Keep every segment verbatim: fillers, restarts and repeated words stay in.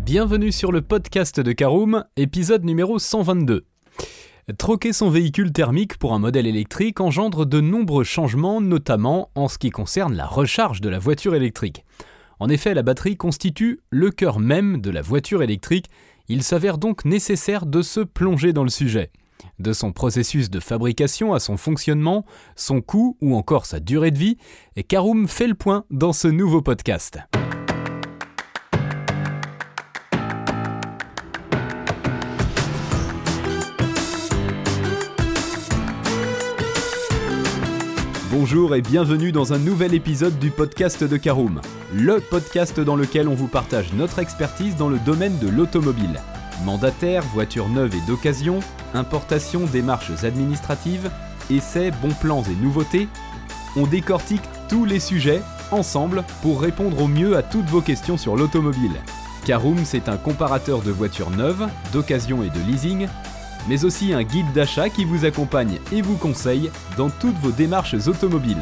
Bienvenue sur le podcast de Caroom, épisode numéro cent vingt-deux. Troquer son véhicule thermique pour un modèle électrique engendre de nombreux changements, notamment en ce qui concerne la recharge de la voiture électrique. En effet, la batterie constitue le cœur même de la voiture électrique. Il s'avère donc nécessaire de se plonger dans le sujet. De son processus de fabrication à son fonctionnement, son coût ou encore sa durée de vie, Caroom fait le point dans ce nouveau podcast. Bonjour et bienvenue dans un nouvel épisode du podcast de Caroom, le podcast dans lequel on vous partage notre expertise dans le domaine de l'automobile. Mandataire, voitures neuves et d'occasion, importation, démarches administratives, essais, bons plans et nouveautés, on décortique tous les sujets ensemble pour répondre au mieux à toutes vos questions sur l'automobile. Caroom, c'est un comparateur de voitures neuves, d'occasion et de leasing, mais aussi un guide d'achat qui vous accompagne et vous conseille dans toutes vos démarches automobiles.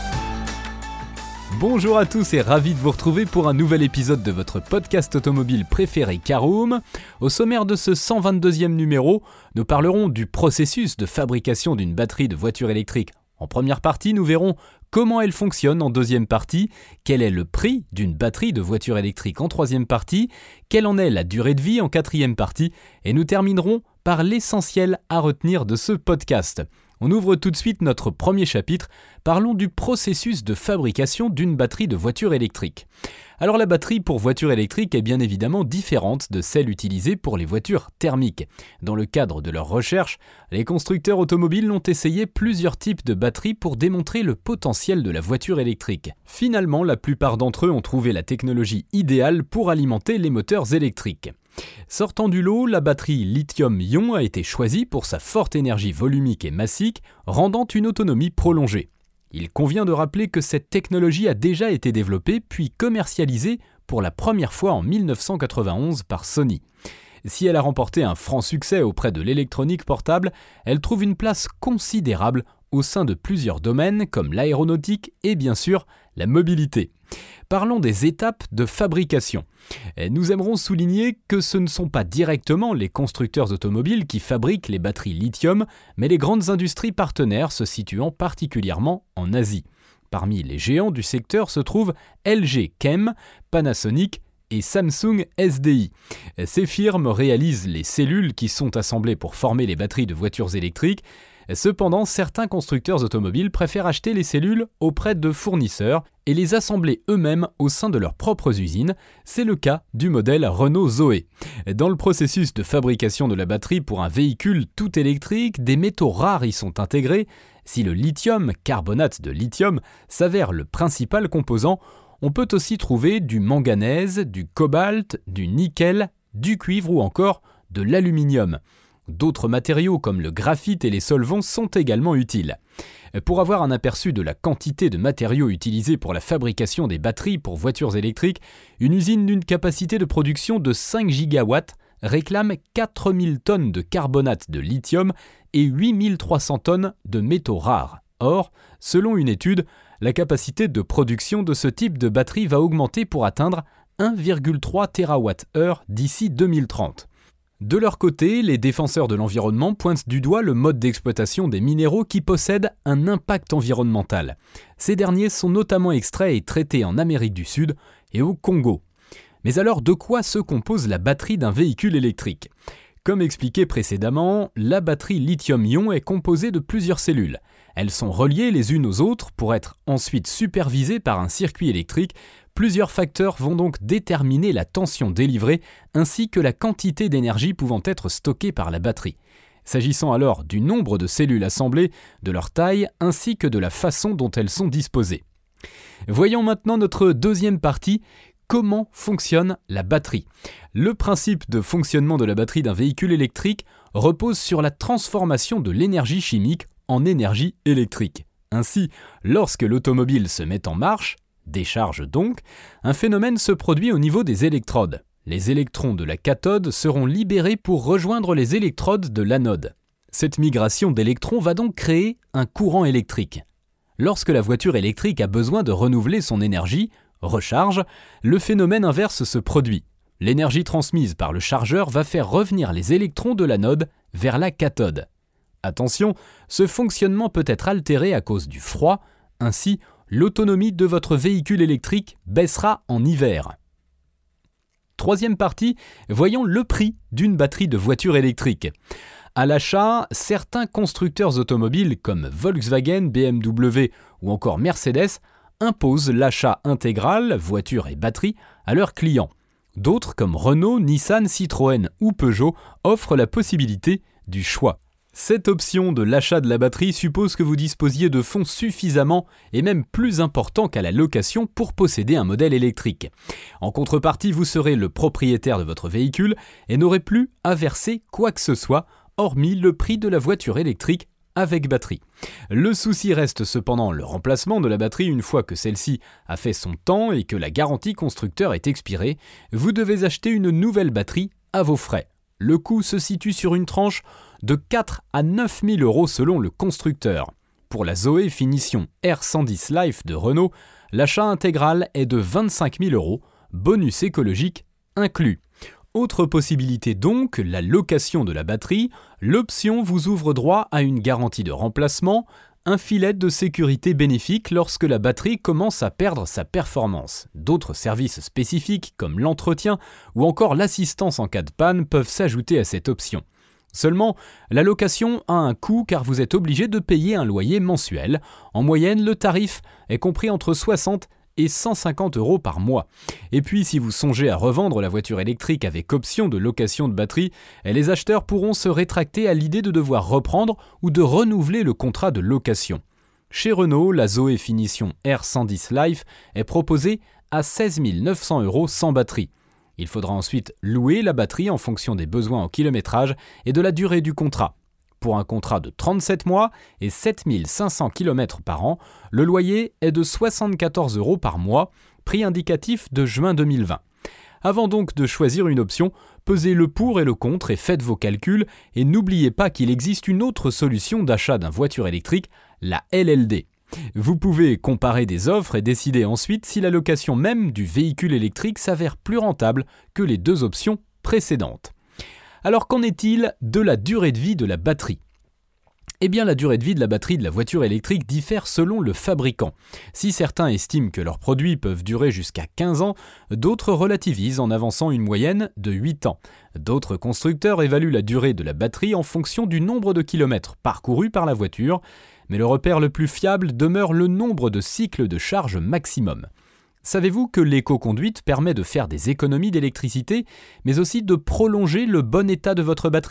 Bonjour à tous et ravi de vous retrouver pour un nouvel épisode de votre podcast automobile préféré Caroom. Au sommaire de ce cent vingt-deuxième numéro, nous parlerons du processus de fabrication d'une batterie de voiture électrique. En première partie, nous verrons comment elle fonctionne en deuxième partie, quel est le prix d'une batterie de voiture électrique en troisième partie, quelle en est la durée de vie en quatrième partie, et nous terminerons par l'essentiel à retenir de ce podcast. On ouvre tout de suite notre premier chapitre, parlons du processus de fabrication d'une batterie de voiture électrique. Alors la batterie pour voiture électrique est bien évidemment différente de celle utilisée pour les voitures thermiques. Dans le cadre de leur recherche, les constructeurs automobiles ont essayé plusieurs types de batteries pour démontrer le potentiel de la voiture électrique. Finalement, la plupart d'entre eux ont trouvé la technologie idéale pour alimenter les moteurs électriques. Sortant du lot, la batterie lithium-ion a été choisie pour sa forte énergie volumique et massique, rendant une autonomie prolongée. Il convient de rappeler que cette technologie a déjà été développée puis commercialisée pour la première fois en mille neuf cent quatre-vingt-onze par Sony. Si elle a remporté un franc succès auprès de l'électronique portable, elle trouve une place considérable au sein de plusieurs domaines comme l'aéronautique et bien sûr la mobilité. Parlons des étapes de fabrication. Nous aimerons souligner que ce ne sont pas directement les constructeurs automobiles qui fabriquent les batteries lithium, mais les grandes industries partenaires se situant particulièrement en Asie. Parmi les géants du secteur se trouvent L G Chem, Panasonic et Samsung S D I. Ces firmes réalisent les cellules qui sont assemblées pour former les batteries de voitures électriques. Cependant, certains constructeurs automobiles préfèrent acheter les cellules auprès de fournisseurs et les assembler eux-mêmes au sein de leurs propres usines. C'est le cas du modèle Renault Zoé. Dans le processus de fabrication de la batterie pour un véhicule tout électrique, des métaux rares y sont intégrés. Si le lithium, carbonate de lithium, s'avère le principal composant, on peut aussi trouver du manganèse, du cobalt, du nickel, du cuivre ou encore de l'aluminium. D'autres matériaux comme le graphite et les solvants sont également utiles. Pour avoir un aperçu de la quantité de matériaux utilisés pour la fabrication des batteries pour voitures électriques, une usine d'une capacité de production de cinq gigawatts réclame quatre mille tonnes de carbonate de lithium et huit mille trois cents tonnes de métaux rares. Or, selon une étude, la capacité de production de ce type de batterie va augmenter pour atteindre un virgule trois térawattheure d'ici deux mille trente. De leur côté, les défenseurs de l'environnement pointent du doigt le mode d'exploitation des minéraux qui possèdent un impact environnemental. Ces derniers sont notamment extraits et traités en Amérique du Sud et au Congo. Mais alors, de quoi se compose la batterie d'un véhicule électrique ? Comme expliqué précédemment, la batterie lithium-ion est composée de plusieurs cellules. Elles sont reliées les unes aux autres pour être ensuite supervisées par un circuit électrique. Plusieurs facteurs vont donc déterminer la tension délivrée ainsi que la quantité d'énergie pouvant être stockée par la batterie. S'agissant alors du nombre de cellules assemblées, de leur taille ainsi que de la façon dont elles sont disposées. Voyons maintenant notre deuxième partie. Comment fonctionne la batterie ? Le principe de fonctionnement de la batterie d'un véhicule électrique repose sur la transformation de l'énergie chimique en énergie électrique. Ainsi, lorsque l'automobile se met en marche, décharge donc, un phénomène se produit au niveau des électrodes. Les électrons de la cathode seront libérés pour rejoindre les électrodes de l'anode. Cette migration d'électrons va donc créer un courant électrique. Lorsque la voiture électrique a besoin de renouveler son énergie, recharge, le phénomène inverse se produit. L'énergie transmise par le chargeur va faire revenir les électrons de l'anode vers la cathode. Attention, ce fonctionnement peut être altéré à cause du froid, ainsi l'autonomie de votre véhicule électrique baissera en hiver. Troisième partie, voyons le prix d'une batterie de voiture électrique. À l'achat, certains constructeurs automobiles comme Volkswagen, B M W ou encore Mercedes imposent l'achat intégral, voiture et batterie, à leurs clients. D'autres comme Renault, Nissan, Citroën ou Peugeot offrent la possibilité du choix. Cette option de l'achat de la batterie suppose que vous disposiez de fonds suffisamment et même plus importants qu'à la location pour posséder un modèle électrique. En contrepartie, vous serez le propriétaire de votre véhicule et n'aurez plus à verser quoi que ce soit, hormis le prix de la voiture électrique avec batterie. Le souci reste cependant le remplacement de la batterie une fois que celle-ci a fait son temps et que la garantie constructeur est expirée. Vous devez acheter une nouvelle batterie à vos frais. Le coût se situe sur une tranche de quatre à neuf mille euros selon le constructeur. Pour la Zoé finition R cent dix Life de Renault, l'achat intégral est de vingt-cinq mille euros, bonus écologique inclus. Autre possibilité donc, la location de la batterie. L'option vous ouvre droit à une garantie de remplacement, un filet de sécurité bénéfique lorsque la batterie commence à perdre sa performance. D'autres services spécifiques comme l'entretien ou encore l'assistance en cas de panne peuvent s'ajouter à cette option. Seulement, la location a un coût car vous êtes obligé de payer un loyer mensuel. En moyenne, le tarif est compris entre soixante et cent cinquante euros par mois. Et puis, si vous songez à revendre la voiture électrique avec option de location de batterie, les acheteurs pourront se rétracter à l'idée de devoir reprendre ou de renouveler le contrat de location. Chez Renault, la Zoé finition R cent dix Life est proposée à seize mille neuf cents euros sans batterie. Il faudra ensuite louer la batterie en fonction des besoins en kilométrage et de la durée du contrat. Pour un contrat de trente-sept mois et sept mille cinq cents kilomètres par an, le loyer est de soixante-quatorze euros par mois, prix indicatif de juin deux mille vingt. Avant donc de choisir une option, pesez le pour et le contre et faites vos calculs et n'oubliez pas qu'il existe une autre solution d'achat d'une voiture électrique, la L L D. Vous pouvez comparer des offres et décider ensuite si la location même du véhicule électrique s'avère plus rentable que les deux options précédentes. Alors qu'en est-il de la durée de vie de la batterie ? Eh bien, la durée de vie de la batterie de la voiture électrique diffère selon le fabricant. Si certains estiment que leurs produits peuvent durer jusqu'à quinze ans, d'autres relativisent en avançant une moyenne de huit ans. D'autres constructeurs évaluent la durée de la batterie en fonction du nombre de kilomètres parcourus par la voiture, mais le repère le plus fiable demeure le nombre de cycles de charge maximum. Savez-vous que l'éco-conduite permet de faire des économies d'électricité, mais aussi de prolonger le bon état de votre batterie ?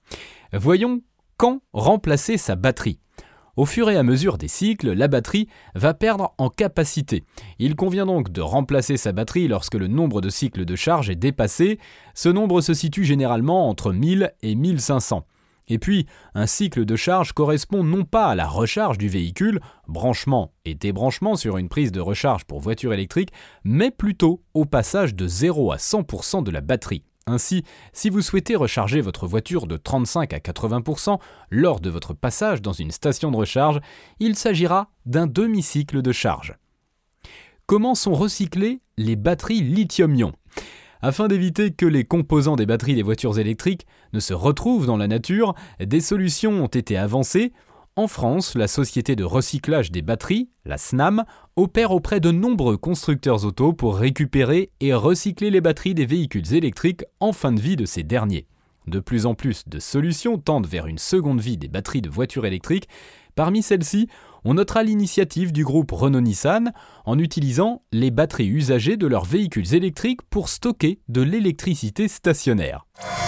Voyons quand remplacer sa batterie. Au fur et à mesure des cycles, la batterie va perdre en capacité. Il convient donc de remplacer sa batterie lorsque le nombre de cycles de charge est dépassé. Ce nombre se situe généralement entre mille et mille cinq cents. Et puis, un cycle de charge correspond non pas à la recharge du véhicule, branchement et débranchement sur une prise de recharge pour voiture électrique, mais plutôt au passage de zéro à cent pour cent de la batterie. Ainsi, si vous souhaitez recharger votre voiture de trente-cinq à quatre-vingts pour cent lors de votre passage dans une station de recharge, il s'agira d'un demi-cycle de charge. Comment sont recyclées les batteries lithium-ion ? Afin d'éviter que les composants des batteries des voitures électriques ne se retrouvent dans la nature, des solutions ont été avancées. En France, la société de recyclage des batteries, la SNAM, opère auprès de nombreux constructeurs auto pour récupérer et recycler les batteries des véhicules électriques en fin de vie de ces derniers. De plus en plus de solutions tendent vers une seconde vie des batteries de voitures électriques. Parmi celles-ci, on notera l'initiative du groupe Renault-Nissan en utilisant les batteries usagées de leurs véhicules électriques pour stocker de l'électricité stationnaire.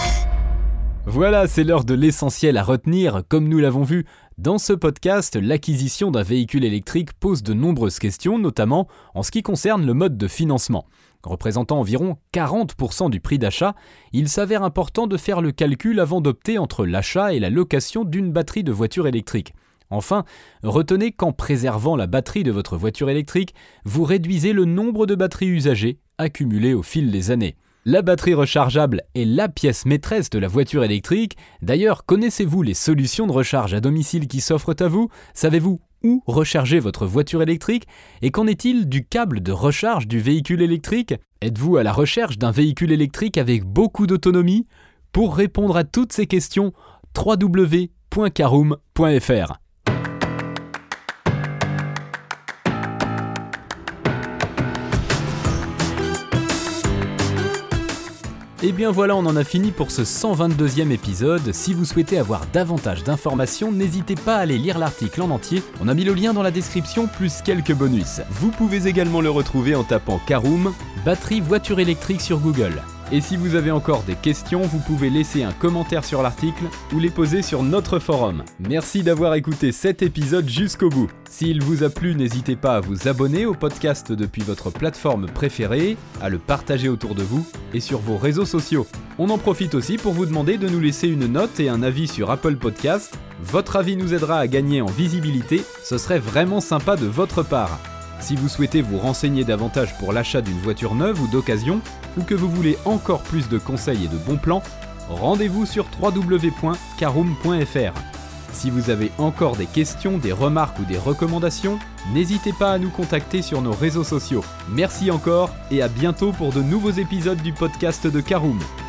Voilà, c'est l'heure de l'essentiel à retenir. Comme nous l'avons vu dans ce podcast, l'acquisition d'un véhicule électrique pose de nombreuses questions, notamment en ce qui concerne le mode de financement. Représentant environ quarante pour cent du prix d'achat, il s'avère important de faire le calcul avant d'opter entre l'achat et la location d'une batterie de voiture électrique. Enfin, retenez qu'en préservant la batterie de votre voiture électrique, vous réduisez le nombre de batteries usagées accumulées au fil des années. La batterie rechargeable est la pièce maîtresse de la voiture électrique. D'ailleurs, connaissez-vous les solutions de recharge à domicile qui s'offrent à vous ? Savez-vous où recharger votre voiture électrique ? Et qu'en est-il du câble de recharge du véhicule électrique ? Êtes-vous à la recherche d'un véhicule électrique avec beaucoup d'autonomie ? Pour répondre à toutes ces questions, w w w point caroom point f r. Et bien voilà, on en a fini pour ce cent vingt-deuxième épisode. Si vous souhaitez avoir davantage d'informations, n'hésitez pas à aller lire l'article en entier. On a mis le lien dans la description, plus quelques bonus. Vous pouvez également le retrouver en tapant Caroom, batterie voiture électrique sur Google. Et si vous avez encore des questions, vous pouvez laisser un commentaire sur l'article ou les poser sur notre forum. Merci d'avoir écouté cet épisode jusqu'au bout. S'il vous a plu, n'hésitez pas à vous abonner au podcast depuis votre plateforme préférée, à le partager autour de vous et sur vos réseaux sociaux. On en profite aussi pour vous demander de nous laisser une note et un avis sur Apple Podcast. Votre avis nous aidera à gagner en visibilité, ce serait vraiment sympa de votre part. Si vous souhaitez vous renseigner davantage pour l'achat d'une voiture neuve ou d'occasion, ou que vous voulez encore plus de conseils et de bons plans, rendez-vous sur w w w point caroom point f r. Si vous avez encore des questions, des remarques ou des recommandations, n'hésitez pas à nous contacter sur nos réseaux sociaux. Merci encore et à bientôt pour de nouveaux épisodes du podcast de Caroom.